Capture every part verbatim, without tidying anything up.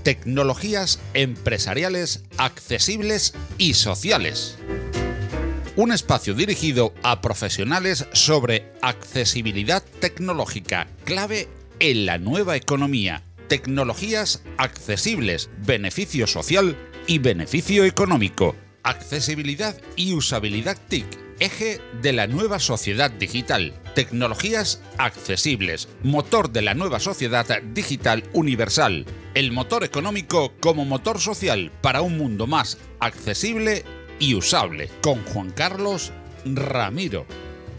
Tecnologías empresariales accesibles y sociales. Un espacio dirigido a profesionales sobre accesibilidad tecnológica, clave en la nueva economía, tecnologías accesibles, beneficio social y beneficio económico, accesibilidad y usabilidad T I C, eje de la nueva sociedad digital, tecnologías accesibles, motor de la nueva sociedad digital universal, el motor económico como motor social para un mundo más accesible y usable, con Juan Carlos Ramiro.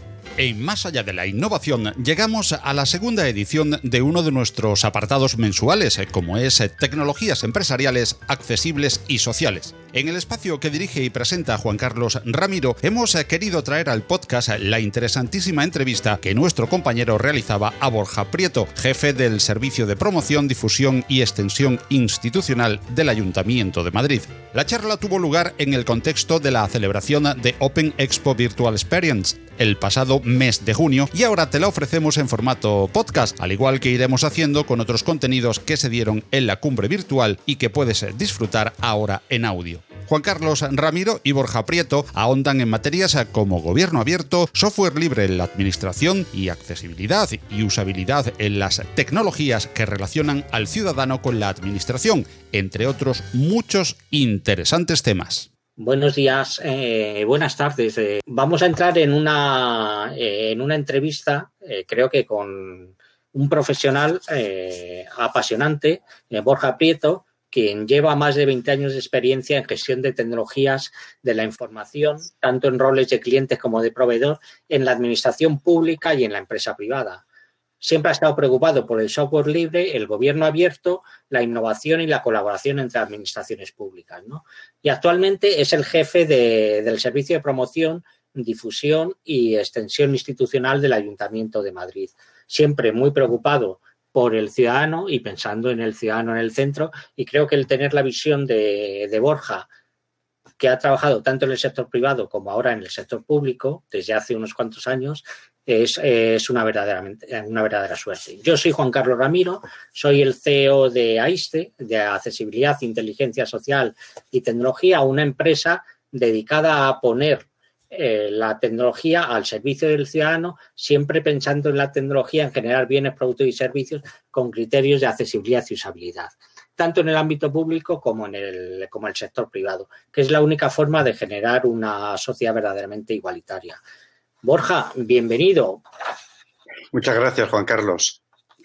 En Más allá de la innovación, llegamos a la segunda edición de uno de nuestros apartados mensuales, como es Tecnologías empresariales accesibles y sociales. En el espacio que dirige y presenta Juan Carlos Ramiro, hemos querido traer al podcast la interesantísima entrevista que nuestro compañero realizaba a Borja Prieto, jefe del Servicio de Promoción, Difusión y Extensión Institucional del Ayuntamiento de Madrid. La charla tuvo lugar en el contexto de la celebración de Open Expo Virtual Experience el pasado mes de junio, y ahora te la ofrecemos en formato podcast, al igual que iremos haciendo con otros contenidos que se dieron en la cumbre virtual y que puedes disfrutar ahora en audio. Juan Carlos Ramiro y Borja Prieto ahondan en materias como gobierno abierto, software libre en la administración y accesibilidad y usabilidad en las tecnologías que relacionan al ciudadano con la administración, entre otros muchos interesantes temas. Buenos días, eh, buenas tardes. Eh, vamos a entrar en una, eh, en una entrevista, eh, creo que con un profesional eh, apasionante, eh, Borja Prieto, quien lleva más de veinte años de experiencia en gestión de tecnologías de la información, tanto en roles de clientes como de proveedor, en la administración pública y en la empresa privada. Siempre ha estado preocupado por el software libre, el gobierno abierto, la innovación y la colaboración entre administraciones públicas, ¿no? Y actualmente es el jefe de, del Servicio de Promoción, Difusión y Extensión Institucional del Ayuntamiento de Madrid. Siempre muy preocupado por el ciudadano y pensando en el ciudadano en el centro, y creo que el tener la visión de, de Borja, que ha trabajado tanto en el sector privado como ahora en el sector público desde hace unos cuantos años, es, es una, verdaderamente, una verdadera suerte. Yo soy Juan Carlos Ramiro, soy el C E O de AISTE, de Accesibilidad, Inteligencia Social y Tecnología, una empresa dedicada a poner eh, la tecnología al servicio del ciudadano, siempre pensando en la tecnología, en generar bienes, productos y servicios con criterios de accesibilidad y usabilidad, tanto en el ámbito público como en el, como en el sector privado, que es la única forma de generar una sociedad verdaderamente igualitaria. Borja, bienvenido. Muchas gracias, Juan Carlos.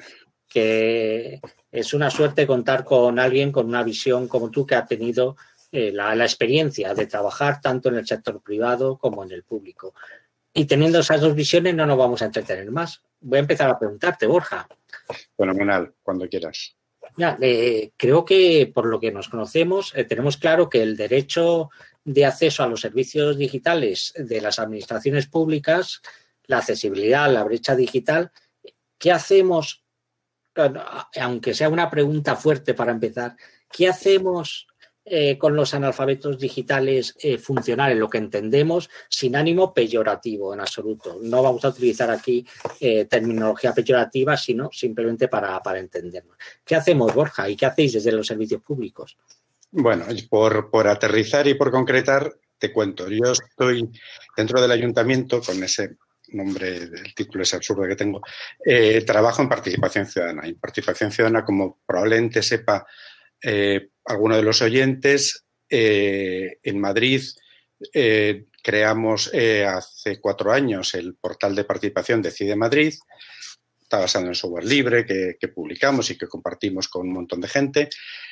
Que es una suerte contar con alguien con una visión como tú, que ha tenido eh, la, la experiencia de trabajar tanto en el sector privado como en el público. Y teniendo esas dos visiones no nos vamos a entretener más. Voy a empezar a preguntarte, Borja. Fenomenal, cuando quieras. Ya, eh, creo que por lo que nos conocemos eh, tenemos claro que el derecho de acceso a los servicios digitales de las administraciones públicas, la accesibilidad, la brecha digital, ¿qué hacemos? Aunque sea una pregunta fuerte para empezar, ¿qué hacemos eh, con los analfabetos digitales eh, funcionales? Lo que entendemos sin ánimo peyorativo en absoluto. No vamos a utilizar aquí eh, terminología peyorativa, sino simplemente para, para entendernos. ¿Qué hacemos, Borja? ¿Y qué hacéis desde los servicios públicos? Bueno, por, por aterrizar y por concretar, te cuento. Yo estoy dentro del ayuntamiento, con ese nombre, el título es absurdo que tengo, eh, trabajo en participación ciudadana. Y participación ciudadana, como probablemente sepa eh, alguno de los oyentes, eh, en Madrid eh, creamos eh, hace cuatro años el portal de participación Decide Madrid. Está basado en software libre que, que publicamos y que compartimos con un montón de gente.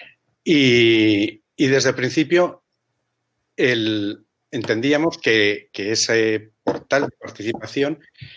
Y, y desde el principio el, entendíamos que, que ese portal de participación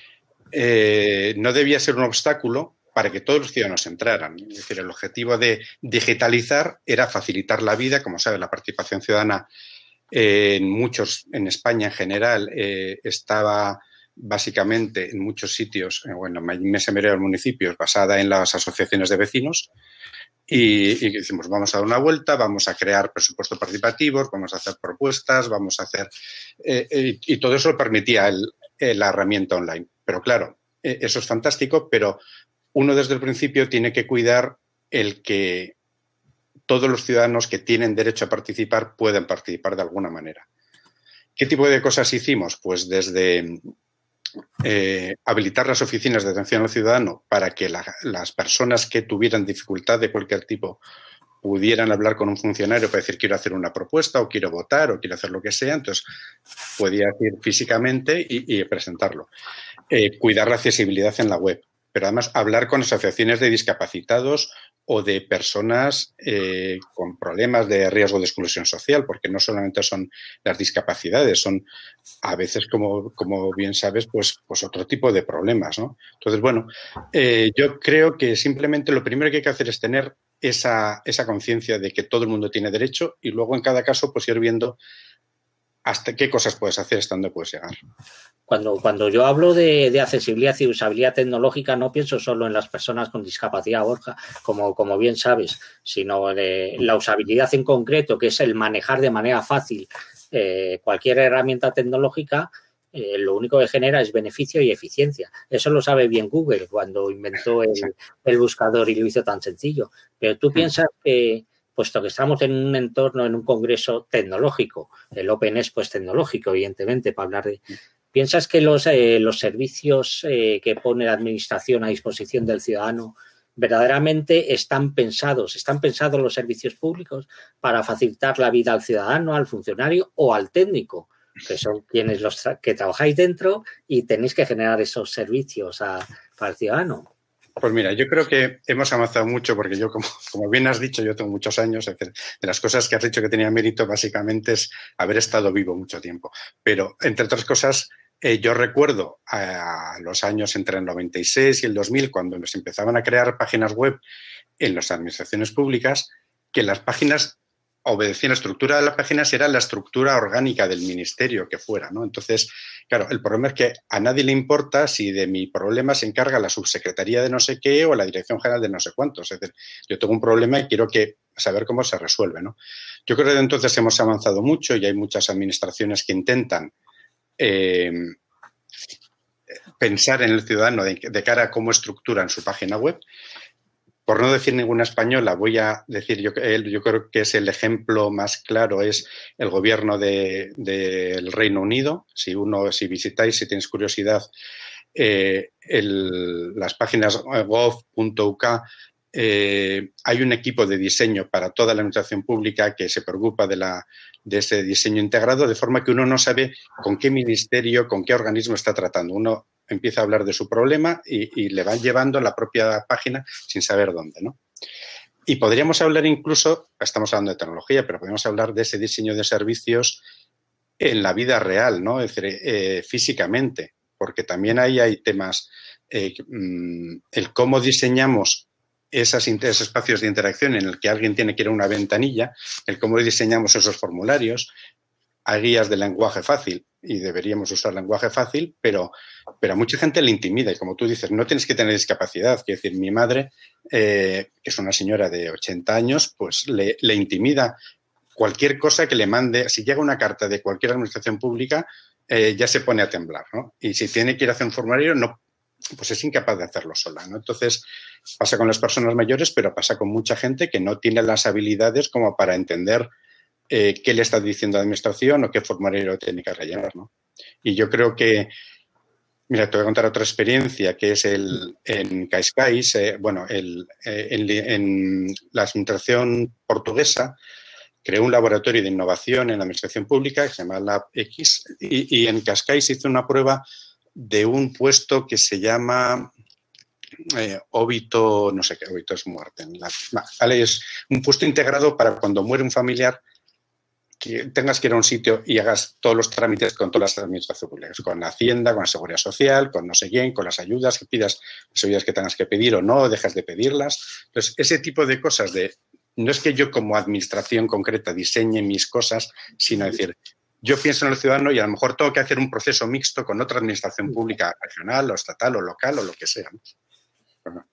eh, no debía ser un obstáculo para que todos los ciudadanos entraran. Es decir, el objetivo de digitalizar era facilitar la vida. Como sabes, la participación ciudadana eh, en muchos, en España en general, eh, estaba básicamente en muchos sitios, eh, bueno, en la inmensa mayoría de los municipios, basada en las asociaciones de vecinos. Y, y decimos, vamos a dar una vuelta, vamos a crear presupuestos participativos, vamos a hacer propuestas, vamos a hacer... Eh, eh, y todo eso lo permitía el, eh, la herramienta online. Pero claro, eh, eso es fantástico, pero uno desde el principio tiene que cuidar el que todos los ciudadanos que tienen derecho a participar puedan participar de alguna manera. ¿Qué tipo de cosas hicimos? Pues desde eh, habilitar las oficinas de atención al ciudadano para que la, las personas que tuvieran dificultad de cualquier tipo pudieran hablar con un funcionario para decir quiero hacer una propuesta o quiero votar o quiero hacer lo que sea, entonces podía ir físicamente y, y presentarlo. Eh, cuidar la accesibilidad en la web, pero además hablar con asociaciones de discapacitados o de personas eh, con problemas de riesgo de exclusión social, porque no solamente son las discapacidades, son a veces, como, como bien sabes, pues, pues otro tipo de problemas, ¿no? Entonces, bueno, eh, yo creo que simplemente lo primero que hay que hacer es tener esa, esa conciencia de que todo el mundo tiene derecho y luego en cada caso pues ir viendo hasta qué cosas puedes hacer, hasta dónde puedes llegar. Cuando, cuando yo hablo de, de accesibilidad y usabilidad tecnológica, no pienso solo en las personas con discapacidad, Borja, como, como bien sabes, sino de la usabilidad en concreto, que es el manejar de manera fácil eh, cualquier herramienta tecnológica. Eh, lo único que genera es beneficio y eficiencia. Eso lo sabe bien Google cuando inventó el, el buscador y lo hizo tan sencillo. Pero tú piensas que, puesto que estamos en un entorno, en un congreso tecnológico, el Open Expo es tecnológico, evidentemente, para hablar de... ¿Piensas que los, eh, los servicios eh, que pone la Administración a disposición del ciudadano verdaderamente están pensados, están pensados los servicios públicos para facilitar la vida al ciudadano, al funcionario o al técnico, que son quienes los tra- que trabajáis dentro y tenéis que generar esos servicios a, para el ciudadano? Pues mira, yo creo que hemos avanzado mucho porque yo, como, como bien has dicho, yo tengo muchos años. Es decir, de las cosas que has dicho que tenía mérito básicamente es haber estado vivo mucho tiempo. Pero, entre otras cosas, eh, yo recuerdo a, a los años entre el noventa y seis y el dos mil, cuando nos empezaban a crear páginas web en las administraciones públicas, que las páginas obedecían la estructura de las páginas, era la estructura orgánica del ministerio que fuera, ¿no? Entonces, claro, el problema es que a nadie le importa si de mi problema se encarga la subsecretaría de no sé qué o la dirección general de no sé cuántos. Es decir, yo tengo un problema y quiero que saber cómo se resuelve, ¿no? Yo creo que entonces hemos avanzado mucho y hay muchas administraciones que intentan eh, pensar en el ciudadano de, de cara a cómo estructuran su página web. Por no decir ninguna española, voy a decir, yo, yo creo que es el ejemplo más claro, es el gobierno de, del Reino Unido. Si uno, si visitáis, si tenéis curiosidad, eh, el, las páginas gov punto u k, eh, hay un equipo de diseño para toda la administración pública que se preocupa de, la, de ese diseño integrado, de forma que uno no sabe con qué ministerio, con qué organismo está tratando. Uno empieza a hablar de su problema y, y le van llevando a la propia página sin saber dónde, ¿no? Y podríamos hablar incluso, estamos hablando de tecnología, pero podríamos hablar de ese diseño de servicios en la vida real, ¿no? Es decir, eh, físicamente, porque también ahí hay temas, eh, el cómo diseñamos esas, esos espacios de interacción en el que alguien tiene que ir a una ventanilla, el cómo diseñamos esos formularios. Hay guías de lenguaje fácil y deberíamos usar lenguaje fácil, pero, pero a mucha gente le intimida. Y como tú dices, no tienes que tener discapacidad. Quiero decir, mi madre, eh, que es una señora de ochenta años, pues le, le intimida cualquier cosa que le mande. Si llega una carta de cualquier administración pública, eh, ya se pone a temblar, ¿no? Y si tiene que ir a hacer un formulario, no, pues es incapaz de hacerlo sola, ¿no? Entonces, pasa con las personas mayores, pero pasa con mucha gente que no tiene las habilidades como para entender Eh, qué le está diciendo la administración o qué formulario tiene que rellenar, ¿no? Y yo creo que, mira, te voy a contar otra experiencia que es el en Cascais, eh, bueno, el, eh, en, en la administración portuguesa creó un laboratorio de innovación en la administración pública que se llama Lab X y, y en Cascais hizo una prueba de un puesto que se llama Eh, óbito, no sé qué, óbito es muerte. La, vale, es un puesto integrado para cuando muere un familiar que tengas que ir a un sitio y hagas todos los trámites con todas las administraciones públicas, con la Hacienda, con la Seguridad Social, con no sé quién, con las ayudas, que pidas las ayudas que tengas que pedir o no, dejas de pedirlas. Entonces, ese tipo de cosas de, no es que yo como administración concreta diseñe mis cosas, sino decir, yo pienso en el ciudadano y a lo mejor tengo que hacer un proceso mixto con otra administración pública regional o estatal o local o lo que sea, ¿no? Bueno.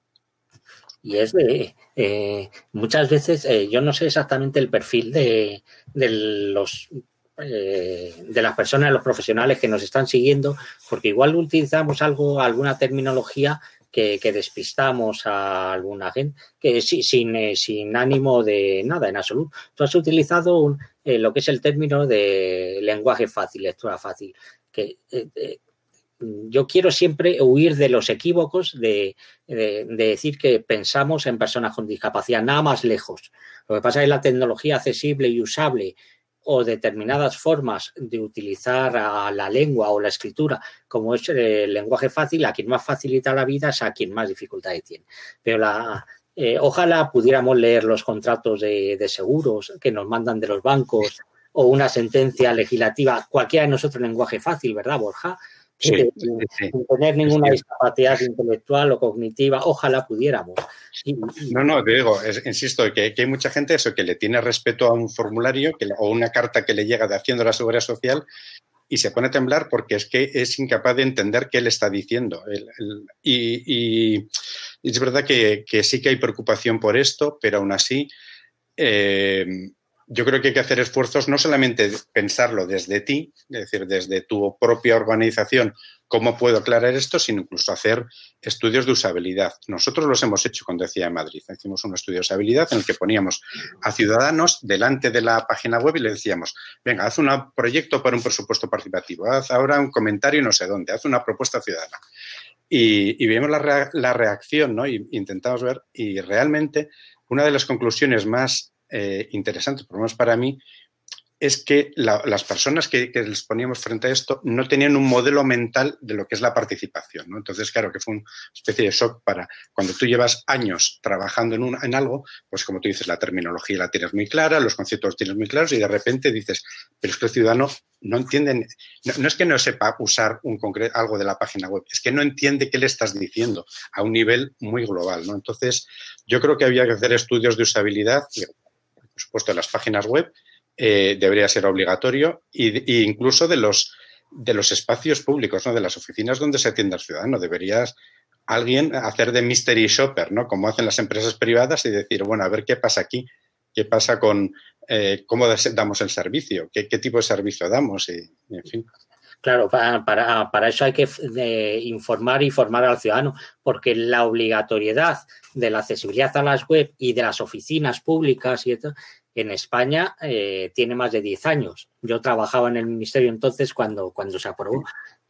Y es de, eh, muchas veces, eh, yo no sé exactamente el perfil de, de los eh, de las personas, los profesionales que nos están siguiendo, porque igual utilizamos algo, alguna terminología que, que despistamos a alguna gente, que sí, sin, eh, sin ánimo de nada, en absoluto. Tú has utilizado un, eh, lo que es el término de lenguaje fácil, lectura fácil, que eh, eh, yo quiero siempre huir de los equívocos de, de, de decir que pensamos en personas con discapacidad, nada más lejos. Lo que pasa es que la tecnología accesible y usable o determinadas formas de utilizar a la lengua o la escritura, como es el lenguaje fácil, a quien más facilita la vida es a quien más dificultades tiene. Pero la, eh, ojalá pudiéramos leer los contratos de, de seguros que nos mandan de los bancos o una sentencia legislativa, cualquiera de nosotros en lenguaje fácil, ¿verdad, Borja? Sí, de, sí, sí. Sin tener ninguna discapacidad intelectual o cognitiva, ojalá pudiéramos. Y, y... No, no, te digo, es, insisto, que, que hay mucha gente eso que le tiene respeto a un formulario que, o una carta que le llega de Hacienda a la Seguridad Social y se pone a temblar porque es que es incapaz de entender qué le está diciendo. El, el, y, y, y es verdad que, que sí que hay preocupación por esto, pero aún así eh, yo creo que hay que hacer esfuerzos, no solamente pensarlo desde ti, es decir, desde tu propia organización, cómo puedo aclarar esto, sino incluso hacer estudios de usabilidad. Nosotros los hemos hecho con Decía en Madrid. Hicimos un estudio de usabilidad en el que poníamos a ciudadanos delante de la página web y le decíamos, venga, haz un proyecto para un presupuesto participativo, haz ahora un comentario no sé dónde, haz una propuesta ciudadana. Y, y vimos la, rea la reacción, ¿no? Y intentamos ver, y realmente una de las conclusiones más eh, interesantes, por lo menos para mí, es que la, las personas que, que les poníamos frente a esto no tenían un modelo mental de lo que es la participación, ¿no? Entonces, claro, que fue una especie de shock para cuando tú llevas años trabajando en, un, en algo, pues como tú dices, la terminología la tienes muy clara, los conceptos los tienes muy claros y de repente dices, pero es que el ciudadano no entiende, no, no es que no sepa usar un concreto, algo de la página web, es que no entiende qué le estás diciendo a un nivel muy global, ¿no? Entonces, yo creo que había que hacer estudios de usabilidad, por supuesto, en las páginas web, Eh, debería ser obligatorio y, y incluso de los, de los espacios públicos, ¿no? De las oficinas donde se atiende al ciudadano. Deberías alguien hacer de mystery shopper, ¿no? Como hacen las empresas privadas y decir, bueno, a ver qué pasa aquí, qué pasa con eh, cómo damos el servicio, qué, qué tipo de servicio damos y, y en fin. Claro, para, para, para eso hay que eh, informar y formar al ciudadano, porque la obligatoriedad de la accesibilidad a las web y de las oficinas públicas y esto, en España eh, tiene más de diez años. Yo trabajaba en el ministerio entonces cuando, cuando se aprobó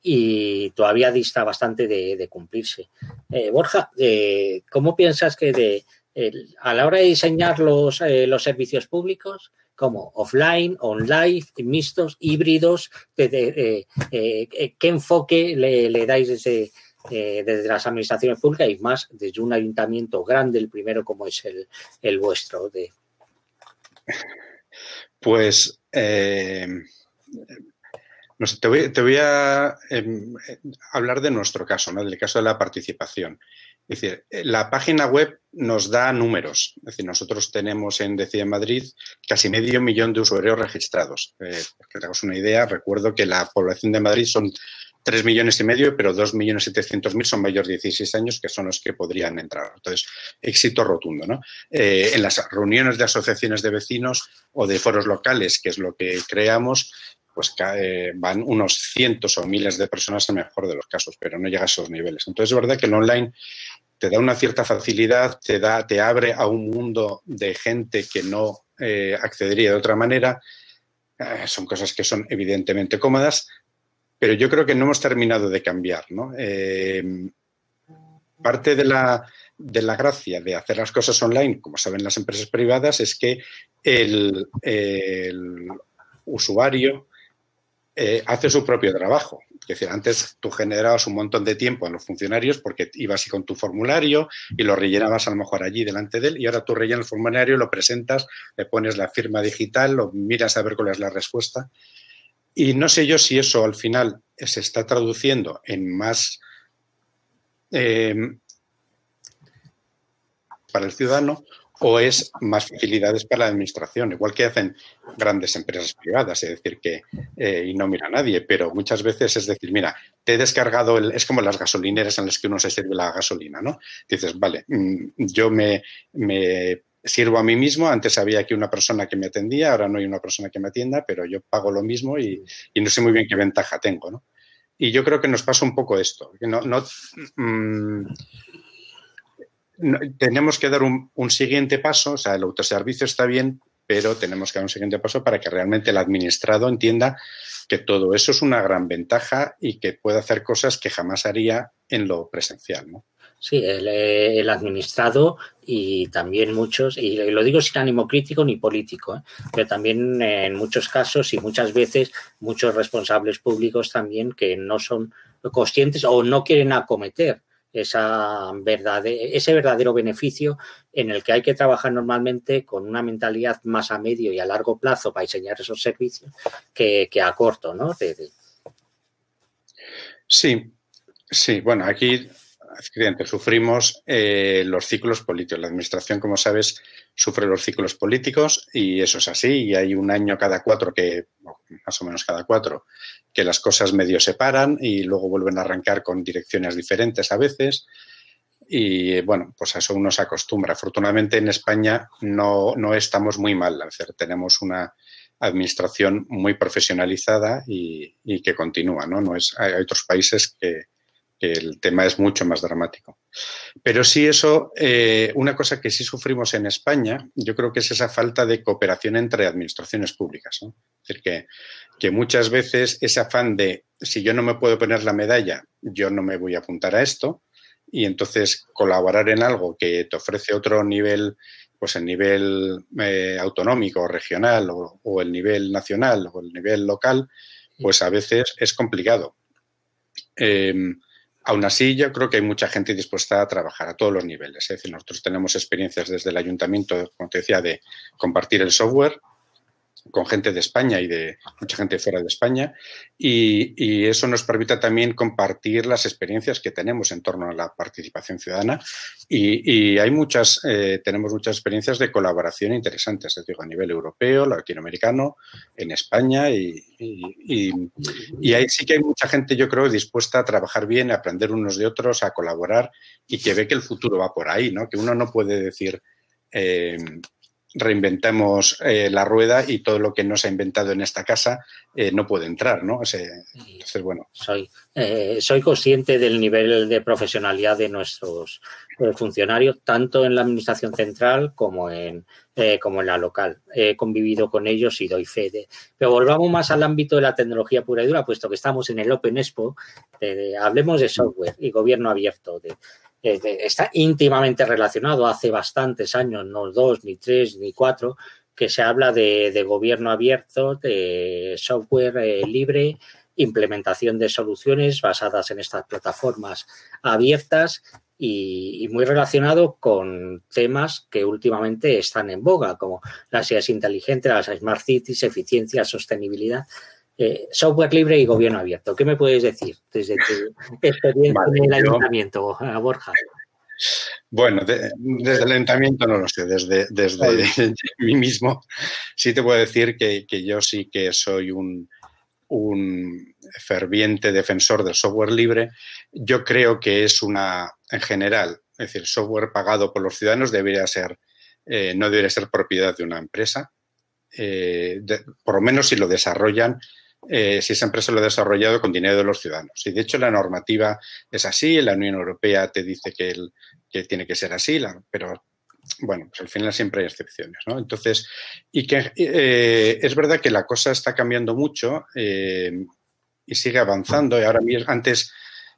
y todavía dista bastante de, de cumplirse. Eh, Borja, eh, ¿cómo piensas que de, eh, a la hora de diseñar los, eh, los servicios públicos, como offline, online, mixtos, híbridos, de, de, de, eh, qué enfoque le, le dais desde, eh, desde las administraciones públicas y más desde un ayuntamiento grande, el primero como es el, el vuestro? De... Pues eh, no sé, te, voy, te voy a eh, hablar de nuestro caso, ¿no? Del caso de la participación. Es decir, la página web nos da números. Es decir, nosotros tenemos en Decía en Madrid casi medio millón de usuarios registrados. Eh, para que te hagas una idea, recuerdo que la población de Madrid son tres millones y medio, pero dos millones setecientos mil son mayores de dieciséis años, que son los que podrían entrar. Entonces, éxito rotundo, ¿no? Eh, en las reuniones de asociaciones de vecinos o de foros locales, que es lo que creamos, pues eh, van unos cientos o miles de personas en el mejor de los casos, pero no llega a esos niveles. Entonces, es verdad que el online te da una cierta facilidad, te, da, te abre a un mundo de gente que no eh, accedería de otra manera. Eh, son cosas que son evidentemente cómodas, pero yo creo que no hemos terminado de cambiar, ¿no? Eh, parte de la, de la gracia de hacer las cosas online, como saben las empresas privadas, es que el, el usuario eh, hace su propio trabajo. Es decir, antes tú generabas un montón de tiempo en los funcionarios porque ibas con tu formulario y lo rellenabas a lo mejor allí delante de él y ahora tú rellenas el formulario, lo presentas, le pones la firma digital, lo miras a ver cuál es la respuesta. Y no sé yo si eso al final se está traduciendo en más eh, para el ciudadano o es más facilidades para la administración, igual que hacen grandes empresas privadas, es decir, que eh, y no mira a nadie, pero muchas veces es decir, mira, te he descargado, el, es como las gasolineras en las que uno se sirve la gasolina, ¿no? Dices, vale, yo me, me sirvo a mí mismo, antes había aquí una persona que me atendía, ahora no hay una persona que me atienda, pero yo pago lo mismo y, y no sé muy bien qué ventaja tengo, ¿no? Y yo creo que nos pasa un poco esto. No, no, mmm, no tenemos que dar un, un siguiente paso. O sea, el autoservicio está bien, pero tenemos que dar un siguiente paso para que realmente el administrado entienda que todo eso es una gran ventaja y que puede hacer cosas que jamás haría en lo presencial, ¿no? Sí, el, el administrado y también muchos, y lo digo sin ánimo crítico ni político, ¿eh? Pero también en muchos casos y muchas veces muchos responsables públicos también que no son conscientes o no quieren acometer esa verdad, ese verdadero beneficio en el que hay que trabajar normalmente con una mentalidad más a medio y a largo plazo para diseñar esos servicios que, que a corto, ¿no? De, de... Sí, sí, bueno, aquí sufrimos eh, los ciclos políticos. La administración, como sabes, sufre los ciclos políticos y eso es así. Y hay un año cada cuatro, que más o menos cada cuatro, que las cosas medio se paran y luego vuelven a arrancar con direcciones diferentes a veces. Y bueno, pues a eso uno se acostumbra. Afortunadamente en España no, no estamos muy mal. Es decir, tenemos una administración muy profesionalizada y, y que continúa, ¿no? No es, hay otros países que que el tema es mucho más dramático. Pero sí eso, eh, una cosa que sí sufrimos en España, yo creo que es esa falta de cooperación entre administraciones públicas, ¿no? Es decir, que, que muchas veces ese afán de, si yo no me puedo poner la medalla, yo no me voy a apuntar a esto, y entonces colaborar en algo que te ofrece otro nivel, pues el nivel eh, autonómico o regional o, o el nivel nacional o el nivel local, pues a veces es complicado. Eh, Aún así, yo creo que hay mucha gente dispuesta a trabajar a todos los niveles. Es decir, nosotros tenemos experiencias desde el ayuntamiento, como te decía, de compartir el software con gente de España y de mucha gente fuera de España y, y eso nos permite también compartir las experiencias que tenemos en torno a la participación ciudadana y, y hay muchas, eh, tenemos muchas experiencias de colaboración interesantes, es decir, a nivel europeo, latinoamericano, en España y, y, y, y ahí sí que hay mucha gente, yo creo, dispuesta a trabajar bien, a aprender unos de otros, a colaborar y que ve que el futuro va por ahí, ¿no? Que uno no puede decir... Eh, reinventamos eh, la rueda y todo lo que no se ha inventado en esta casa eh, no puede entrar, ¿no? O sea, entonces, bueno. Soy, eh, soy consciente del nivel de profesionalidad de nuestros eh, funcionarios, tanto en la administración central como en, eh, como en la local. He convivido con ellos y doy fe de... Pero volvamos más al ámbito de la tecnología pura y dura, puesto que estamos en el Open Expo, de, de, hablemos de software y gobierno abierto, de está íntimamente relacionado. Hace bastantes años, no dos, ni tres, ni cuatro, que se habla de, de gobierno abierto, de software eh, libre, implementación de soluciones basadas en estas plataformas abiertas y, y muy relacionado con temas que últimamente están en boga, como las ciudades inteligentes, las smart cities, eficiencia, sostenibilidad. Eh, software libre y gobierno abierto. ¿Qué me puedes decir desde tu experiencia vale, en el yo, ayuntamiento, Borja? Bueno, de, desde el ayuntamiento no lo sé, desde, desde vale. mí mismo sí te puedo decir que, que yo sí que soy un, un ferviente defensor del software libre. Yo creo que es una, en general, es decir, software pagado por los ciudadanos debería ser, eh, no debería ser propiedad de una empresa, eh, de, por lo menos si lo desarrollan Eh, si esa empresa lo ha desarrollado con dinero de los ciudadanos. Y de hecho la normativa es así, la Unión Europea te dice que, el, que tiene que ser así, la, pero bueno, pues al final siempre hay excepciones, ¿no? Entonces, y que eh, es verdad que la cosa está cambiando mucho eh, y sigue avanzando. Y ahora mismo, antes,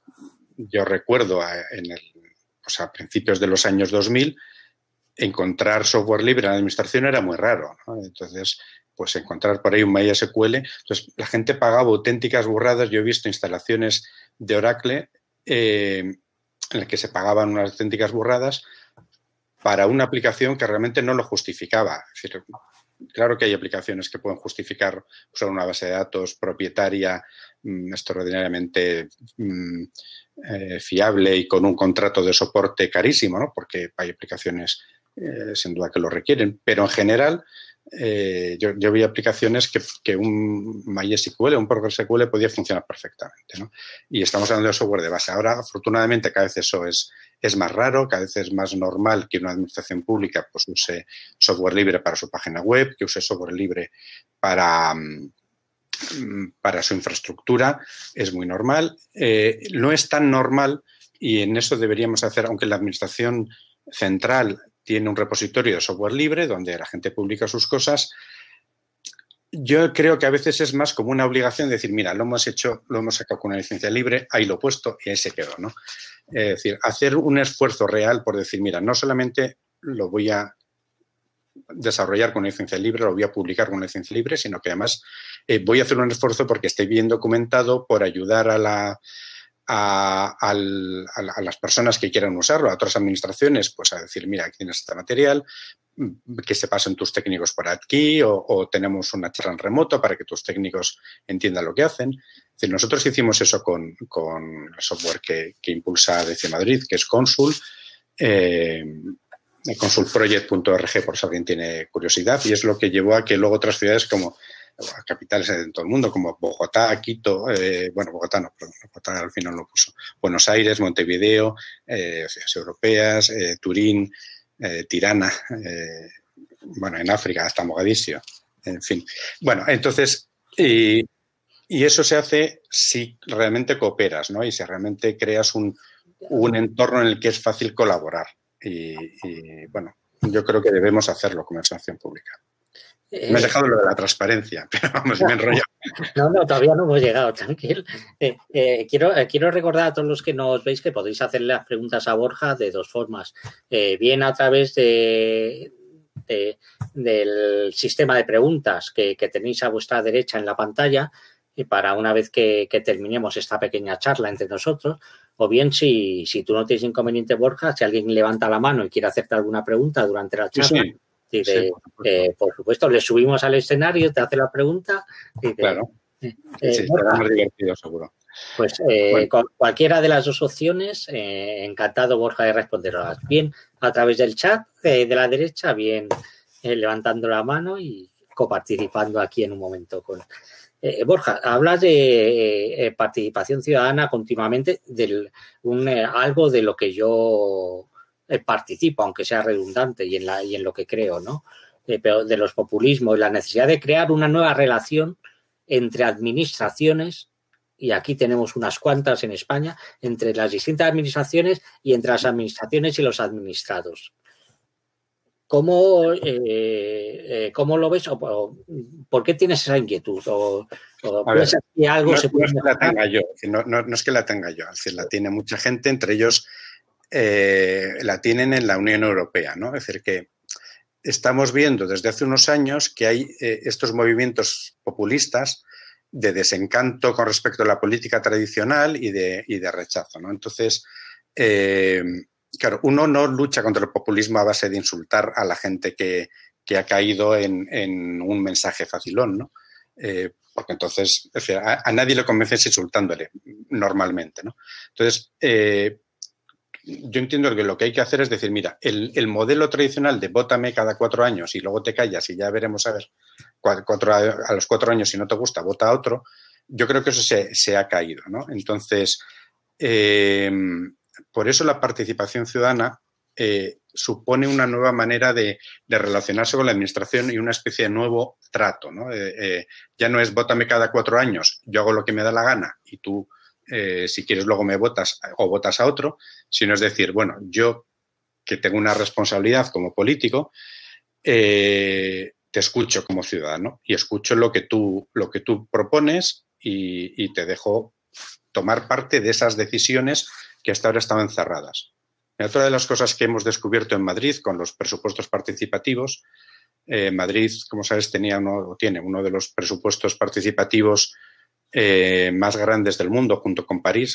yo recuerdo a, en el, pues a principios de los años dos mil, encontrar software libre en la administración era muy raro, ¿no? Entonces, pues encontrar por ahí un MySQL. Entonces, la gente pagaba auténticas burradas. Yo he visto instalaciones de Oracle eh, en las que se pagaban unas auténticas burradas para una aplicación que realmente no lo justificaba. Es decir, claro que hay aplicaciones que pueden justificar usar una base de datos propietaria mmm, extraordinariamente mmm, eh, fiable y con un contrato de soporte carísimo, ¿no? Porque hay aplicaciones eh, sin duda que lo requieren, pero en general Eh, yo, yo vi aplicaciones que, que un MySQL, un PostgreSQL podía funcionar perfectamente, ¿no? Y estamos hablando de software de base. Ahora, afortunadamente, cada vez eso es, es más raro, cada vez es más normal que una administración pública pues, use software libre para su página web, que use software libre para, para su infraestructura es muy normal. Eh, no es tan normal, y en eso deberíamos hacer, aunque la administración central tiene un repositorio de software libre donde la gente publica sus cosas, yo creo que a veces es más como una obligación de decir, mira, lo hemos hecho, lo hemos sacado con una licencia libre, ahí lo he puesto y ahí se quedó, ¿no? Es decir, hacer un esfuerzo real por decir, mira, no solamente lo voy a desarrollar con una licencia libre, lo voy a publicar con una licencia libre, sino que además eh, voy a hacer un esfuerzo porque esté bien documentado por ayudar a la A, a, a las personas que quieran usarlo, a otras administraciones, pues a decir, mira, aquí tienes este material, que se pasen tus técnicos por aquí o, o tenemos una charla en remoto para que tus técnicos entiendan lo que hacen. Es decir, nosotros hicimos eso con, con el software que, que impulsa D C Madrid, que es Consul, eh, consulproject punto org por si alguien tiene curiosidad, y es lo que llevó a que luego otras ciudades como capitales en todo el mundo, como Bogotá, Quito, eh, bueno, Bogotá no, perdón, Bogotá al final lo puso, Buenos Aires, Montevideo, eh, ciudades europeas, eh, Turín, eh, Tirana, eh, bueno, en África hasta Mogadiscio, en fin. Bueno, entonces, y, y eso se hace si realmente cooperas, ¿no? Y si realmente creas un, un entorno en el que es fácil colaborar. Y, y, bueno, yo creo que debemos hacerlo como administración pública. Me has dejado lo de la transparencia, pero vamos, me he enrollado. No, no, todavía no hemos llegado, tranquilo. Eh, eh, quiero, eh, quiero recordar a todos los que nos veis que podéis hacerle las preguntas a Borja de dos formas. Eh, bien a través de, de, del sistema de preguntas que, que tenéis a vuestra derecha en la pantalla, y para una vez que, que terminemos esta pequeña charla entre nosotros, o bien si, si tú no tienes inconveniente, Borja, si alguien levanta la mano y quiere hacerte alguna pregunta durante la charla, sí, sí. De, sí, por, supuesto. Eh, por supuesto, le subimos al escenario, te hace la pregunta. Y te, claro. Eh, sí, será más divertido, seguro. Pues eh, bueno. con cualquiera de las dos opciones, eh, encantado, Borja, de responderlas. Bien a través del chat eh, de la derecha, bien eh, levantando la mano y coparticipando aquí en un momento con... Eh, Borja, hablas de eh, participación ciudadana continuamente, de un, eh, algo de lo que yo eh, participo, aunque sea redundante y en, la, y en lo que creo, ¿no? Eh, pero de los populismos y la necesidad de crear una nueva relación entre administraciones, y aquí tenemos unas cuantas en España, entre las distintas administraciones y entre las administraciones y los administrados. ¿Cómo, eh, eh, ¿cómo lo ves? O, o, ¿por qué tienes esa inquietud? ¿O, o piensas que algo no, se puede no es que la tenga yo, no, no, no es que la tenga yo, es decir, la tiene mucha gente, entre ellos eh, la tienen en la Unión Europea, ¿no? Es decir, que estamos viendo desde hace unos años que hay eh, estos movimientos populistas de desencanto con respecto a la política tradicional y de, y de rechazo, ¿no? Entonces, eh, claro, uno no lucha contra el populismo a base de insultar a la gente que, que ha caído en, en un mensaje facilón, ¿no? Eh, porque entonces, es decir, a, a nadie le convences insultándole normalmente, ¿no? Entonces, eh, yo entiendo que lo que hay que hacer es decir, mira, el, el modelo tradicional de vótame cada cuatro años y luego te callas y ya veremos a ver cuatro, a los cuatro años si no te gusta, vota a otro, yo creo que eso se, se ha caído, ¿no? Entonces, eh, por eso la participación ciudadana eh, supone una nueva manera de, de relacionarse con la administración y una especie de nuevo trato, ¿no? Eh, eh, ya no es vótame cada cuatro años, yo hago lo que me da la gana y tú, eh, si quieres, luego me votas o votas a otro, sino es decir, bueno, yo que tengo una responsabilidad como político, eh, te escucho como ciudadano y escucho lo que tú, lo que tú propones y, y te dejo tomar parte de esas decisiones que hasta ahora estaban cerradas. Y otra de las cosas que hemos descubierto en Madrid con los presupuestos participativos, eh, Madrid, como sabes, tenía uno, tiene uno de los presupuestos participativos eh, más grandes del mundo, junto con París,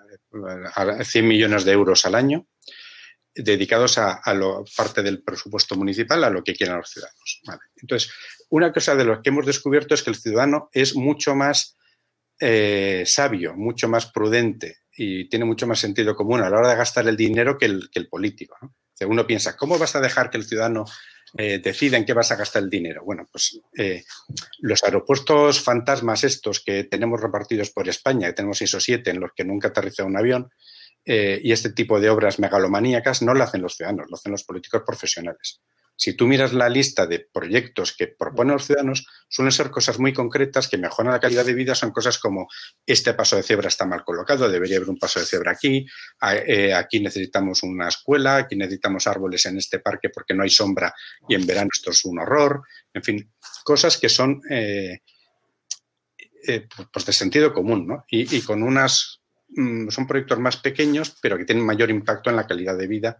a cien millones de euros al año, dedicados a, a lo, parte del presupuesto municipal, a lo que quieran los ciudadanos. Vale. Entonces, una cosa de lo que hemos descubierto es que el ciudadano es mucho más eh, sabio, mucho más prudente y tiene mucho más sentido común a la hora de gastar el dinero que el, que el político, ¿no? O sea, uno piensa, ¿cómo vas a dejar que el ciudadano eh, decida en qué vas a gastar el dinero? Bueno, pues eh, los aeropuertos fantasmas estos que tenemos repartidos por España, que tenemos seis o siete en los que nunca aterriza un avión, eh, y este tipo de obras megalomaníacas no lo hacen los ciudadanos, lo hacen los políticos profesionales. si tú miras la lista de proyectos que proponen los ciudadanos, suelen ser cosas muy concretas que mejoran la calidad de vida. Son cosas como este paso de cebra está mal colocado, debería haber un paso de cebra aquí, aquí necesitamos una escuela, aquí necesitamos árboles en este parque porque no hay sombra y en verano esto es un horror. En fin, cosas que son eh, eh, pues de sentido común, ¿no? Y, y con unas... Mmm, son proyectos más pequeños, pero que tienen mayor impacto en la calidad de vida.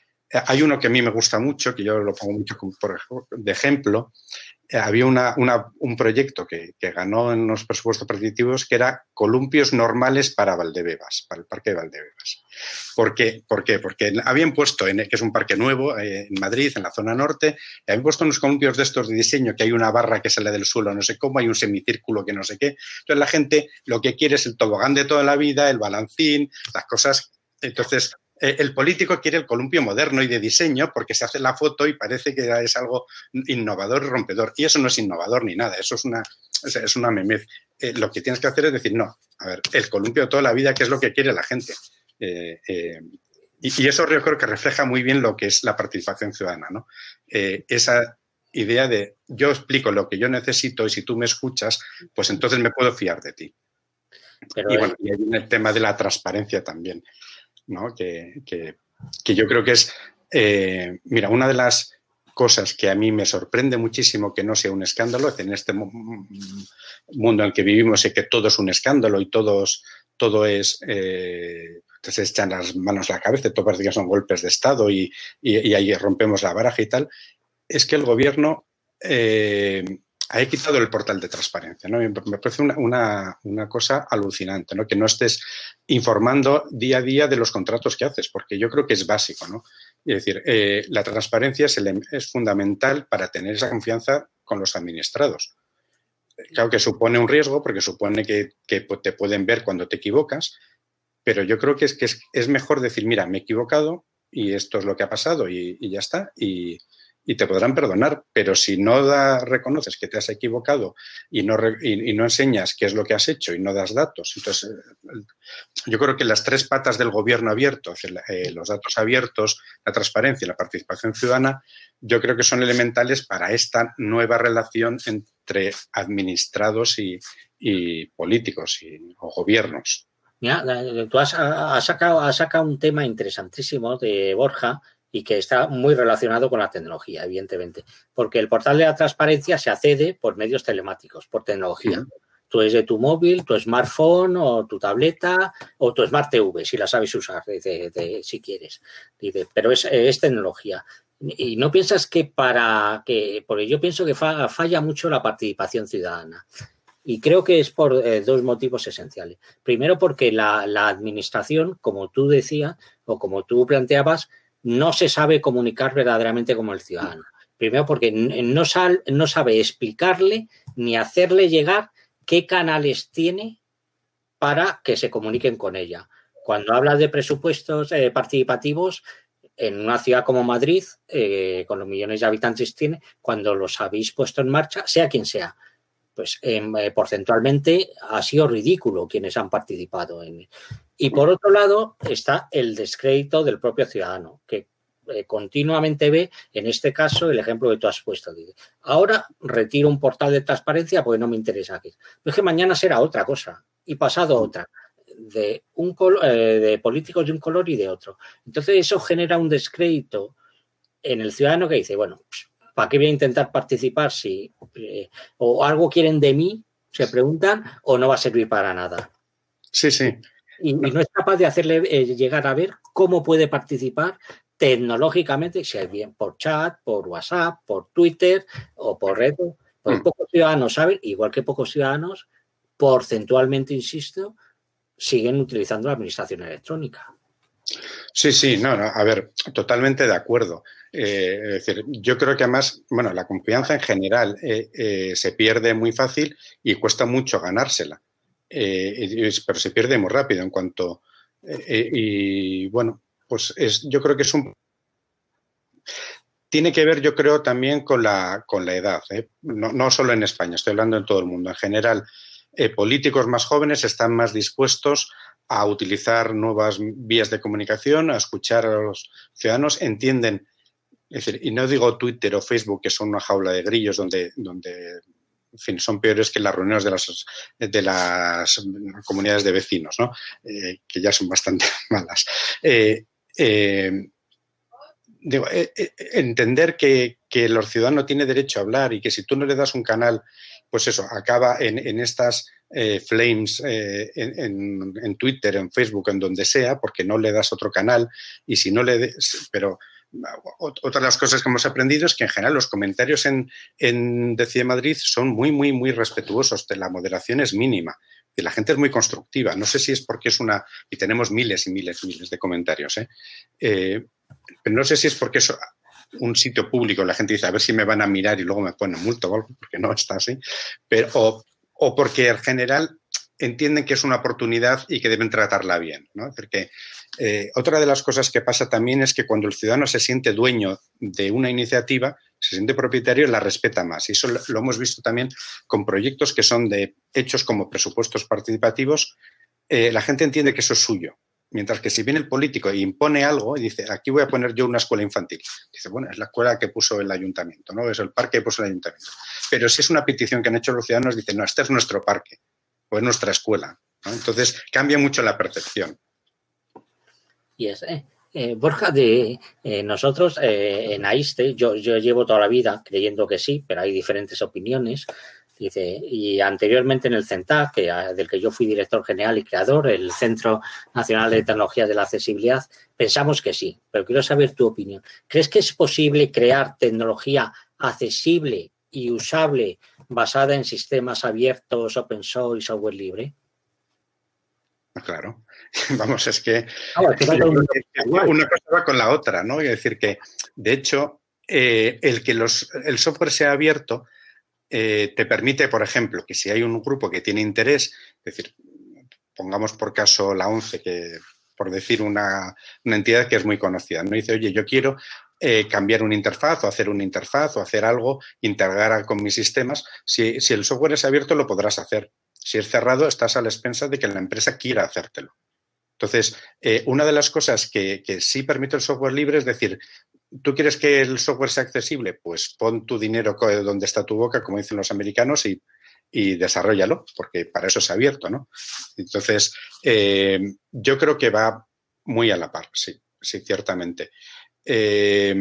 Hay uno que a mí me gusta mucho, que yo lo pongo mucho por ejemplo, de ejemplo. Eh, había una, una, un proyecto que, que ganó en los presupuestos participativos que era columpios normales para Valdebebas, para el Parque de Valdebebas. ¿Por qué? ¿Por qué? Porque habían puesto, en, que es un parque nuevo eh, en Madrid, en la zona norte, habían puesto unos columpios de estos de diseño, que hay una barra que sale del suelo, no sé cómo, hay un semicírculo que no sé qué. Entonces la gente lo que quiere es el tobogán de toda la vida, el balancín, las cosas. Entonces... El político quiere el columpio moderno y de diseño porque se hace la foto y parece que es algo innovador y rompedor. Y eso no es innovador ni nada, eso es una, es una memez. Eh, lo que tienes que hacer es decir, no, a ver, el columpio de toda la vida, ¿qué es lo que quiere la gente? Eh, eh, y, y eso yo creo que refleja muy bien lo que es la participación ciudadana, ¿no? Eh, esa idea de yo explico lo que yo necesito y si tú me escuchas, pues entonces me puedo fiar de ti. Pero y bueno, y hay el tema de la transparencia también, ¿no? Que, que, que yo creo que es, eh, mira, una de las cosas que a mí me sorprende muchísimo que no sea un escándalo, en este mundo en el que vivimos y que todo es un escándalo y todos, todo es, eh, se echan las manos a la cabeza, todo parece que son golpes de Estado y, y, y ahí rompemos la baraja y tal, es que el gobierno eh, ha quitado el portal de transparencia, ¿no? Me parece una, una, una cosa alucinante, ¿no? Que no estés informando día a día de los contratos que haces, porque yo creo que es básico, ¿no? Es decir, eh, la transparencia es, el, es fundamental para tener esa confianza con los administrados. Claro que supone un riesgo, porque supone que, que te pueden ver cuando te equivocas, pero yo creo que es, que es, es mejor decir, mira, me he equivocado y esto es lo que ha pasado y, y ya está, y... y te podrán perdonar, pero si no da, reconoces que te has equivocado y no, re, y, y no enseñas qué es lo que has hecho y no das datos, entonces yo creo que las tres patas del gobierno abierto, eh, los datos abiertos, la transparencia y la participación ciudadana, yo creo que son elementales para esta nueva relación entre administrados y, y políticos y, o gobiernos. Mira, tú has, has, sacado, has sacado un tema interesantísimo de Borja, y que está muy relacionado con la tecnología, evidentemente, porque el portal de la transparencia se accede por medios telemáticos, por tecnología. Uh-huh. Tú desde tu móvil, tu smartphone o tu tableta o tu Smart T V, si la sabes usar, de, de, de, si quieres. De, pero es, es tecnología. Y no piensas que para que, porque yo pienso que fa, falla mucho la participación ciudadana. Y creo que es por eh, dos motivos esenciales. Primero, porque la, la administración, como tú decías o como tú planteabas, no se sabe comunicar verdaderamente como el ciudadano. Primero porque no, sal, no sabe explicarle ni hacerle llegar qué canales tiene para que se comuniquen con ella. Cuando hablas de presupuestos eh, participativos, en una ciudad como Madrid, eh, con los millones de habitantes que tiene, cuando los habéis puesto en marcha, sea quien sea, pues eh, porcentualmente ha sido ridículo quienes han participado en. Y por otro lado está el descrédito del propio ciudadano, que eh, continuamente ve, en este caso, el ejemplo que tú has puesto. Dice, ahora retiro un portal de transparencia porque no me interesa aquí. Pero es que mañana será otra cosa y pasado otra, de, un col- eh, de políticos de un color y de otro. Entonces eso genera un descrédito en el ciudadano que dice, bueno, ¿para qué voy a intentar participar si eh, o algo quieren de mí, se preguntan, o no va a servir para nada? Sí, sí. Y, y no es capaz de hacerle eh, llegar a ver cómo puede participar tecnológicamente, si es bien por chat, por WhatsApp, por Twitter o por redes. Porque mm. pocos ciudadanos saben, igual que pocos ciudadanos, porcentualmente, insisto, siguen utilizando la administración electrónica. Sí, sí, no, no, a ver, totalmente de acuerdo. Eh, es decir, yo creo que además, bueno, la confianza en general eh, eh, se pierde muy fácil y cuesta mucho ganársela, eh, pero se pierde muy rápido en cuanto... Eh, y bueno, pues es, yo creo que es un... Tiene que ver, yo creo, también con la, con la edad, ¿eh? no, no solo en España, estoy hablando en todo el mundo. En general, eh, políticos más jóvenes están más dispuestos a utilizar nuevas vías de comunicación, a escuchar a los ciudadanos, entienden Es decir, y no digo Twitter o Facebook, que son una jaula de grillos donde, donde en fin, son peores que las reuniones de las, de las comunidades de vecinos, ¿no? Eh, que ya son bastante malas. Eh, eh, digo, eh, eh, entender que, que el ciudadano tiene derecho a hablar y que si tú no le das un canal, pues eso, acaba en, en estas eh, flames eh, en, en, en Twitter, en Facebook, en donde sea, porque no le das otro canal y si no le des, pero otra de las cosas que hemos aprendido es que en general los comentarios en, en Decide Madrid son muy, muy, muy respetuosos. La moderación es mínima y la gente es muy constructiva. No sé si es porque es una... Y tenemos miles y miles y miles de comentarios, ¿eh? Eh, pero no sé si es porque es un sitio público. La gente dice, a ver si me van a mirar y luego me ponen multa o algo, porque no está así. Pero, o, o porque en general entienden que es una oportunidad y que deben tratarla bien, ¿no? Porque eh, otra de las cosas que pasa también es que cuando el ciudadano se siente dueño de una iniciativa, se siente propietario, la respeta más. Y eso lo, lo hemos visto también con proyectos que son de hechos como presupuestos participativos. Eh, la gente entiende que eso es suyo. Mientras que si viene el político e impone algo y dice, aquí voy a poner yo una escuela infantil. Dice, bueno, es la escuela que puso el ayuntamiento, ¿no? Es el parque que puso el ayuntamiento. Pero si es una petición que han hecho los ciudadanos, dicen, no, este es nuestro parque o es nuestra escuela, ¿no? Entonces, cambia mucho la percepción. Y es, eh, eh, Borja, de eh, nosotros eh, en AISTE, yo, yo llevo toda la vida creyendo que sí, pero hay diferentes opiniones. Dice, y anteriormente en el CENTAC, que, del que yo fui director general y creador, el Centro Nacional de Tecnologías de la Accesibilidad, pensamos que sí, pero quiero saber tu opinión. ¿Crees que es posible crear tecnología accesible y usable basada en sistemas abiertos, open source y software libre? Claro. Vamos, es que ah, bueno, una cosa va con la otra, ¿no? Es decir, que, de hecho, eh, el que los, el software sea abierto Eh, te permite, por ejemplo, que si hay un grupo que tiene interés, es decir, pongamos por caso la ONCE, que por decir una, una entidad que es muy conocida, ¿no? Dice, oye, yo quiero eh, cambiar una interfaz o hacer una interfaz o hacer algo, integrar con mis sistemas. Si, si el software es abierto, lo podrás hacer. Si es cerrado, estás a la expensa de que la empresa quiera hacértelo. Entonces, eh, una de las cosas que, que sí permite el software libre es decir, ¿tú quieres que el software sea accesible? Pues pon tu dinero donde está tu boca, como dicen los americanos, y, y desarróllalo, porque para eso es abierto, ¿no? Entonces, eh, yo creo que va muy a la par, sí, sí, ciertamente. Eh,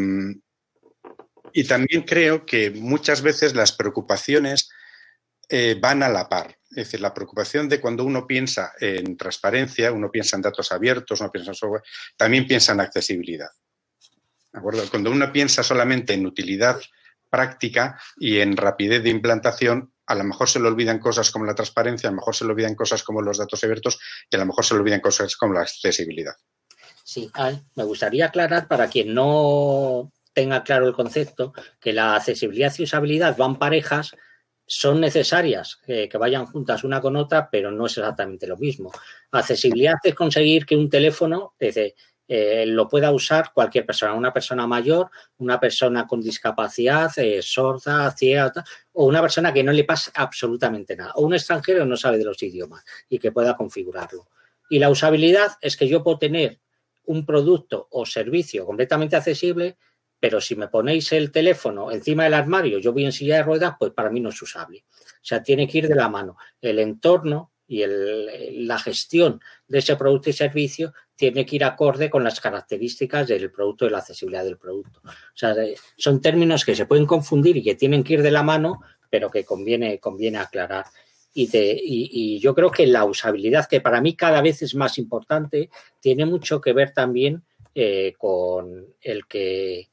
y también creo que muchas veces las preocupaciones eh, van a la par. Es decir, la preocupación de cuando uno piensa en transparencia, uno piensa en datos abiertos, uno piensa en software, también piensa en accesibilidad. ¿De acuerdo? Cuando uno piensa solamente en utilidad práctica y en rapidez de implantación, a lo mejor se le olvidan cosas como la transparencia, a lo mejor se le olvidan cosas como los datos abiertos y a lo mejor se le olvidan cosas como la accesibilidad. Sí, me gustaría aclarar para quien no tenga claro el concepto que la accesibilidad y usabilidad van parejas, son necesarias eh, que vayan juntas una con otra, pero no es exactamente lo mismo. Accesibilidad es conseguir que un teléfono eh, eh, lo pueda usar cualquier persona, una persona mayor, una persona con discapacidad, eh, sorda, ciega, o una persona que no le pasa absolutamente nada, o un extranjero que no sabe de los idiomas y que pueda configurarlo. Y la usabilidad es que yo puedo tener un producto o servicio completamente accesible, pero si me ponéis el teléfono encima del armario, yo voy en silla de ruedas, pues para mí no es usable. O sea, tiene que ir de la mano. El entorno y el, la gestión de ese producto y servicio tiene que ir acorde con las características del producto y la accesibilidad del producto. O sea, son términos que se pueden confundir y que tienen que ir de la mano, pero que conviene, conviene aclarar. Y, de, y, y yo creo que la usabilidad, que para mí cada vez es más importante, tiene mucho que ver también eh, con el que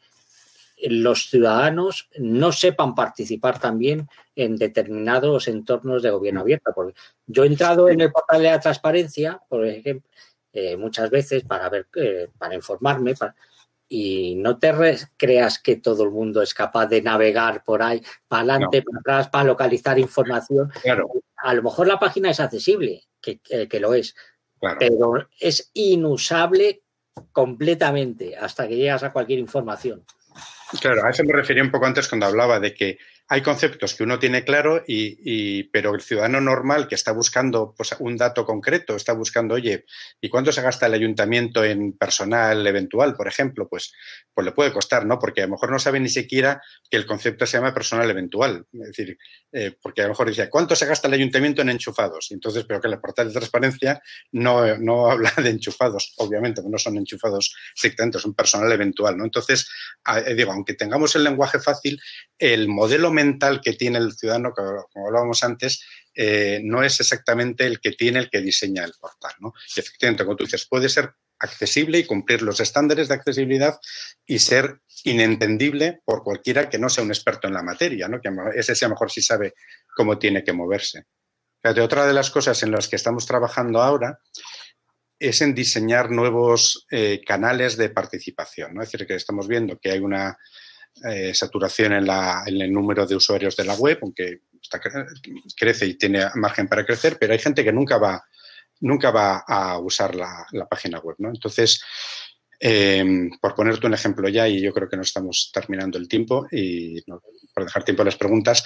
los ciudadanos no sepan participar también en determinados entornos de gobierno abierto. Porque yo he entrado en el portal de la transparencia, por ejemplo, eh, muchas veces para ver, eh, para informarme, para, y no te creas que todo el mundo es capaz de navegar por ahí, para adelante, no. para atrás, para localizar información. Claro. A lo mejor la página es accesible, que, que, que lo es, claro. pero es inusable completamente hasta que llegas a cualquier información. Claro, a eso me refería un poco antes cuando hablaba de que hay conceptos que uno tiene claro, y, y, pero el ciudadano normal que está buscando pues, un dato concreto, está buscando, oye, ¿y cuánto se gasta el ayuntamiento en personal eventual, por ejemplo? Pues, pues le puede costar, ¿no? Porque a lo mejor no sabe ni siquiera que el concepto se llama personal eventual. Es decir, eh, porque a lo mejor dice, ¿cuánto se gasta el ayuntamiento en enchufados? Entonces, pero que el portal de transparencia no, no habla de enchufados, obviamente, no son enchufados estrictamente, son personal eventual, ¿no? Entonces, eh, digo, aunque tengamos el lenguaje fácil, el modelo mental que tiene el ciudadano, como hablábamos antes, eh, no es exactamente el que tiene el que diseña el portal, ¿no? Y efectivamente, como tú dices, puede ser accesible y cumplir los estándares de accesibilidad y ser inentendible por cualquiera que no sea un experto en la materia, ¿no? Que ese sea mejor si sabe cómo tiene que moverse. Fíjate, otra de las cosas en las que estamos trabajando ahora es en diseñar nuevos eh, canales de participación, ¿no? Es decir, que estamos viendo que hay una Eh, saturación en, la, en el número de usuarios de la web, aunque está, crece y tiene margen para crecer, pero hay gente que nunca va, nunca va a usar la, la página web, ¿no? Entonces, eh, por ponerte un ejemplo ya, y yo creo que no estamos terminando el tiempo, y no, por dejar tiempo a las preguntas,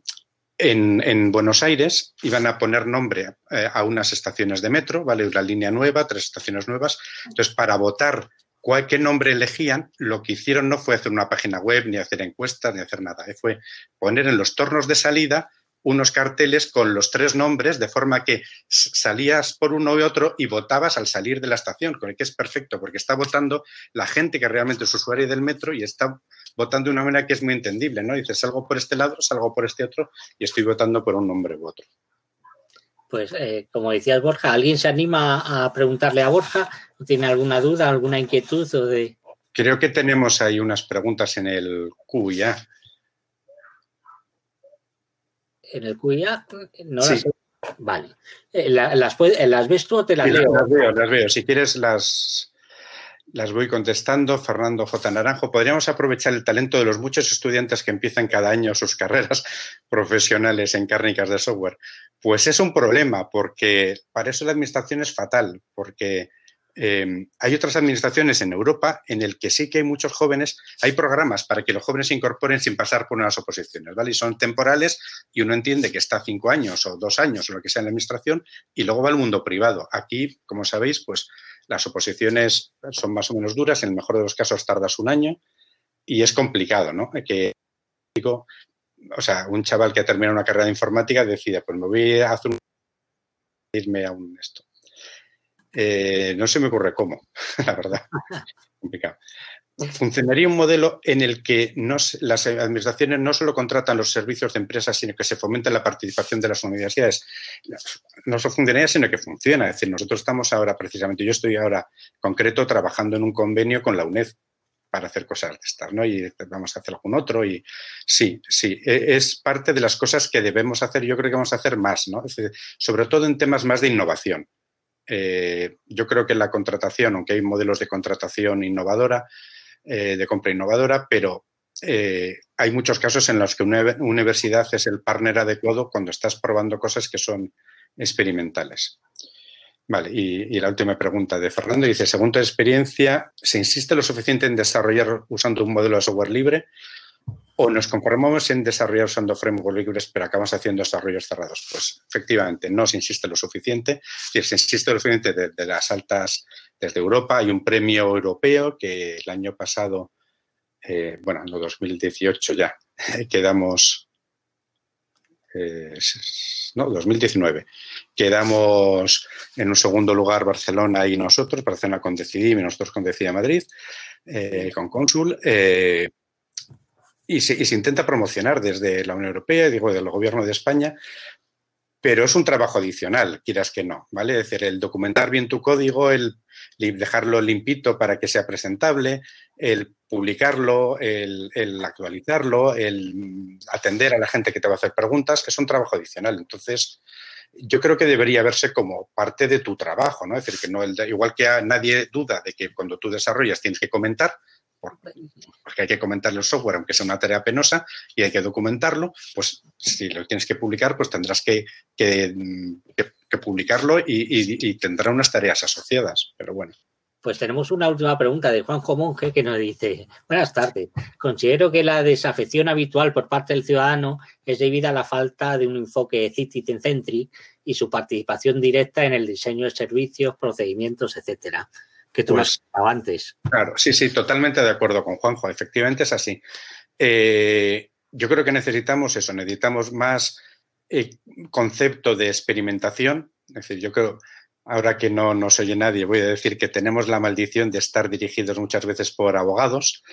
en, en Buenos Aires iban a poner nombre eh, a unas estaciones de metro, ¿vale? Una línea nueva, tres estaciones nuevas. Entonces, para votar ¿cuál, qué nombre elegían? Lo que hicieron no fue hacer una página web, ni hacer encuestas, ni hacer nada. Fue poner en los tornos de salida unos carteles con los tres nombres, de forma que salías por uno y otro y votabas al salir de la estación, con el que es perfecto, porque está votando la gente que realmente es usuaria del metro y está votando de una manera que es muy entendible, ¿no? Dices, salgo por este lado, salgo por este otro y estoy votando por un nombre u otro. Pues, eh, como decías, Borja, ¿alguien se anima a preguntarle a Borja? ¿Tiene alguna duda, alguna inquietud? O de... Creo que tenemos ahí unas preguntas en el Q I A. ¿En el Q I A? No sí. las... Vale. ¿Las, puede, ¿Las ves tú o te las sí, leo? Las veo, las veo. Si quieres, las, las voy contestando. Fernando J. Naranjo. Podríamos aprovechar el talento de los muchos estudiantes que empiezan cada año sus carreras profesionales en cárnicas de software. Pues es un problema, porque para eso la administración es fatal, porque eh, hay otras administraciones en Europa en el que sí que hay muchos jóvenes, hay programas para que los jóvenes se incorporen sin pasar por unas oposiciones, ¿vale? Y son temporales y uno entiende que está cinco años o dos años o lo que sea en la administración y luego va al mundo privado. Aquí, como sabéis, pues las oposiciones son más o menos duras, en el mejor de los casos tardas un año y es complicado, ¿no? Que digo, o sea, un chaval que termina una carrera de informática decide, pues me voy a hacer un... irme a un esto. Eh, no se me ocurre cómo, la verdad. Complicado. Funcionaría un modelo en el que no, las administraciones no solo contratan los servicios de empresas, sino que se fomenta la participación de las universidades. No solo funcionaría, sino que funciona. Es decir, nosotros estamos ahora, precisamente, yo estoy ahora concreto trabajando en un convenio con la UNED para hacer cosas de estas, ¿no? Y vamos a hacer algún otro y sí, sí, es parte de las cosas que debemos hacer. Yo creo que vamos a hacer más, ¿no? Es decir, sobre todo en temas más de innovación. Eh, yo creo que la contratación, aunque hay modelos de contratación innovadora, eh, de compra innovadora, pero eh, hay muchos casos en los que una universidad es el partner adecuado cuando estás probando cosas que son experimentales. Vale, y, y la última pregunta de Fernando dice, según tu experiencia, ¿se insiste lo suficiente en desarrollar usando un modelo de software libre o nos conformamos en desarrollar usando frameworks libres pero acabamos haciendo desarrollos cerrados? Pues efectivamente no se insiste lo suficiente, es decir, se insiste lo suficiente desde de las altas, desde Europa. Hay un premio europeo que el año pasado, eh, bueno, en dos mil dieciocho ya, quedamos... Eh, no, dos mil diecinueve. Quedamos en un segundo lugar Barcelona y nosotros, Barcelona con Decidim y nosotros con Decida Madrid, eh, con Consul, eh, y, se, y se intenta promocionar desde la Unión Europea, digo, del Gobierno de España, pero es un trabajo adicional, quieras que no, ¿vale? Es decir, el documentar bien tu código, el dejarlo limpito para que sea presentable, el publicarlo, el, el actualizarlo, el atender a la gente que te va a hacer preguntas, es un trabajo adicional. Entonces, yo creo que debería verse como parte de tu trabajo, ¿no? Es decir, que no el de, igual que a nadie duda de que cuando tú desarrollas tienes que comentar, porque hay que comentar el software, aunque sea una tarea penosa, y hay que documentarlo, pues si lo tienes que publicar, pues tendrás que, que, que, que publicarlo y, y, y tendrá unas tareas asociadas, pero bueno. Pues tenemos una última pregunta de Juanjo Monge que nos dice: buenas tardes. Considero que la desafección habitual por parte del ciudadano es debida a la falta de un enfoque citizen-centric y su participación directa en el diseño de servicios, procedimientos, etcétera. Que tú Pues, lo has comentado antes. Claro, sí, sí, totalmente de acuerdo con Juanjo. Efectivamente es así. Eh, yo creo que necesitamos eso, necesitamos más eh, concepto de experimentación. Es decir, yo creo, ahora que no nos oye nadie, voy a decir que tenemos la maldición de estar dirigidos muchas veces por abogados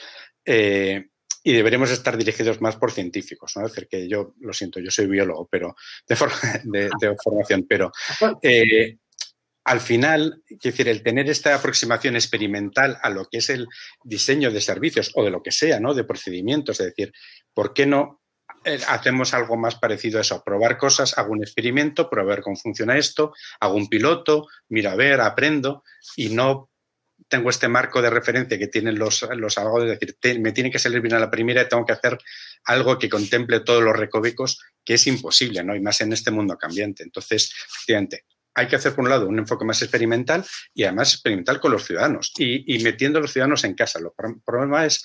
eh, y deberíamos estar dirigidos más por científicos, ¿no? Es decir, que yo, lo siento, yo soy biólogo, pero de, for de, de formación, pero eh, al final, es decir, el tener esta aproximación experimental a lo que es el diseño de servicios o de lo que sea, ¿no? De procedimientos, es decir, ¿por qué no hacemos algo más parecido a eso? Probar cosas, hago un experimento, probar cómo funciona esto, hago un piloto, miro a ver, aprendo y no tengo este marco de referencia que tienen los, los abogados, es decir, te, me tiene que salir bien a la primera y tengo que hacer algo que contemple todos los recovecos, que es imposible, ¿no? Y más en este mundo cambiante. Entonces, efectivamente, hay que hacer, por un lado, un enfoque más experimental y además experimental con los ciudadanos y, y metiendo a los ciudadanos en casa. El problema es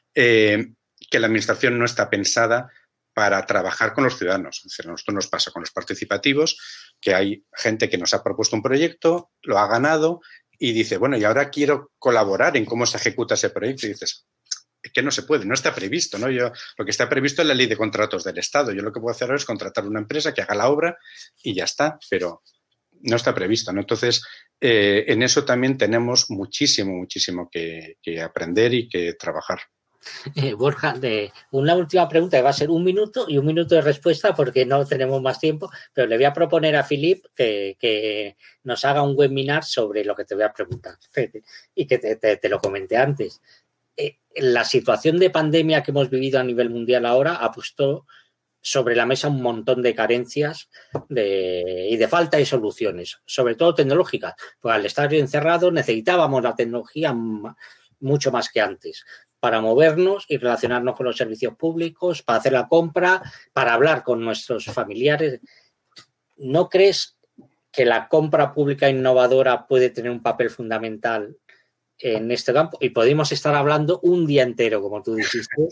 eh, que la administración no está pensada para trabajar con los ciudadanos. Es decir, a nosotros nos pasa con los participativos, que hay gente que nos ha propuesto un proyecto, lo ha ganado y dice, bueno, y ahora quiero colaborar en cómo se ejecuta ese proyecto. Y dices, es que no se puede, no está previsto, ¿no? Yo, lo que está previsto es la ley de contratos del Estado. Yo lo que puedo hacer ahora es contratar una empresa que haga la obra y ya está, pero no está previsto, ¿no? Entonces, eh, en eso también tenemos muchísimo, muchísimo que, que aprender y que trabajar. Eh, Borja, de una última pregunta que va a ser un minuto y un minuto de respuesta porque no tenemos más tiempo, pero le voy a proponer a Philip que, que nos haga un webinar sobre lo que te voy a preguntar y que te, te, te lo comenté antes. Eh, la situación de pandemia que hemos vivido a nivel mundial ahora ha puesto sobre la mesa un montón de carencias de, y de falta de soluciones, sobre todo tecnológicas, porque al estar encerrados necesitábamos la tecnología mucho más que antes, para movernos y relacionarnos con los servicios públicos, para hacer la compra, para hablar con nuestros familiares. ¿No crees que la compra pública innovadora puede tener un papel fundamental en este campo? Y podemos estar hablando un día entero, como tú dijiste.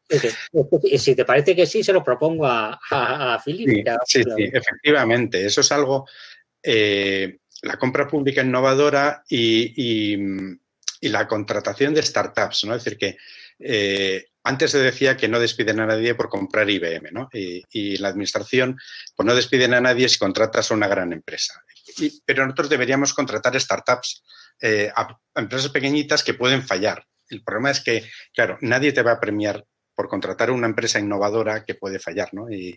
Y si te parece que sí, se lo propongo a, a, a Philip. Sí, sí, sí, efectivamente. Eso es algo, eh, la compra pública innovadora y... y y la contratación de startups, ¿no? Es decir, que eh, antes se decía que no despiden a nadie por comprar I B M, ¿no? Y, y la administración, pues no despiden a nadie si contratas a una gran empresa. Y, pero nosotros deberíamos contratar startups, eh, a, a empresas pequeñitas que pueden fallar. El problema es que, claro, nadie te va a premiar por contratar a una empresa innovadora que puede fallar, ¿no? Y,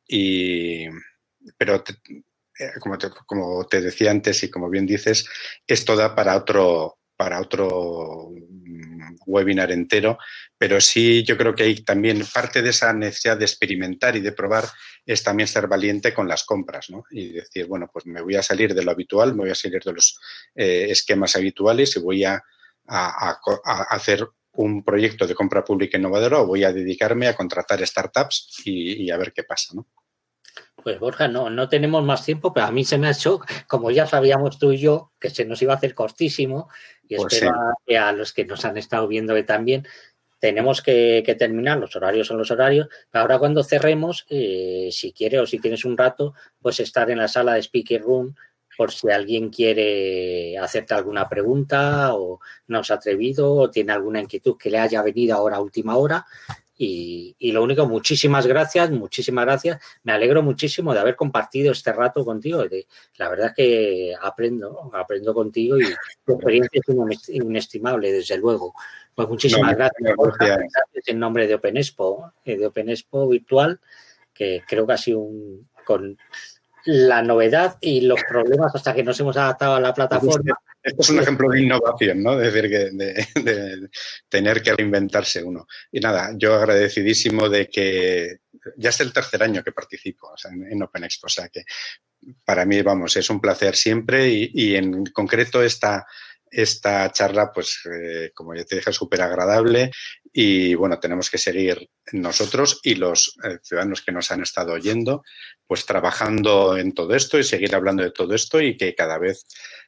y pero te, eh, como, te, como te decía antes y como bien dices, esto da para otro para otro webinar entero, pero sí yo creo que hay también parte de esa necesidad de experimentar y de probar es también ser valiente con las compras, ¿no? Y decir, bueno, pues me voy a salir de lo habitual, me voy a salir de los eh, esquemas habituales y voy a, a, a, a hacer un proyecto de compra pública innovadora o voy a dedicarme a contratar startups y, y a ver qué pasa, ¿no? Pues Borja, no, no tenemos más tiempo, pero a mí se me ha hecho, como ya sabíamos tú y yo, que se nos iba a hacer cortísimo y pues espero sí. a, que a los que nos han estado viendo que también tenemos que, que terminar, los horarios son los horarios, pero ahora cuando cerremos, eh, si quieres o si tienes un rato, pues estar en la sala de Speaker Room por si alguien quiere hacerte alguna pregunta o no se ha atrevido o tiene alguna inquietud que le haya venido ahora a última hora. Y, y lo único, muchísimas gracias, muchísimas gracias. Me alegro muchísimo de haber compartido este rato contigo. De, la verdad es que aprendo, aprendo contigo y tu experiencia es inestimable, desde luego. Pues muchísimas no, gracias, Borja, gracias en nombre de Open Expo, de Open Expo Virtual, que creo que ha sido un, con la novedad y los problemas hasta que nos hemos adaptado a la plataforma. Esto es un ejemplo de innovación, ¿no? Es decir, que de, de tener que reinventarse uno. Y nada, yo agradecidísimo de que ya es el tercer año que participo, o sea, en, en Open Expo, o sea que para mí, vamos, es un placer siempre y, y en concreto esta, esta charla, pues, eh, como ya te dije, es súper agradable y, bueno, tenemos que seguir nosotros y los eh, ciudadanos que nos han estado oyendo, pues, trabajando en todo esto y seguir hablando de todo esto y que cada vez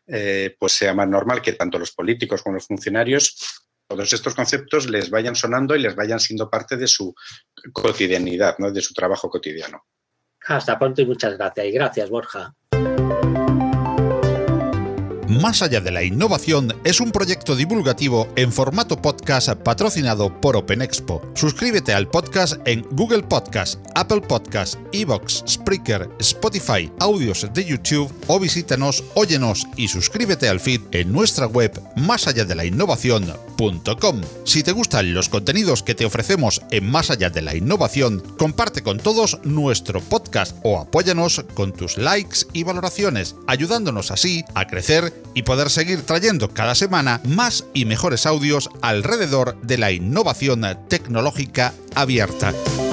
eh, pues sea más normal que tanto los políticos como los funcionarios todos estos conceptos les vayan sonando y les vayan siendo parte de su cotidianidad, ¿no? De su trabajo cotidiano. Hasta pronto y muchas gracias. Y gracias, Borja. Más allá de la innovación es un proyecto divulgativo en formato podcast patrocinado por OpenExpo. Suscríbete al podcast en Google Podcast, Apple Podcast, iVoox, Spreaker, Spotify, audios de YouTube o visítanos, óyenos y suscríbete al feed en nuestra web más allá de la innovación punto com. Si te gustan los contenidos que te ofrecemos en Más allá de la innovación, comparte con todos nuestro podcast o apóyanos con tus likes y valoraciones, ayudándonos así a crecer y poder seguir trayendo cada semana más y mejores audios alrededor de la innovación tecnológica abierta.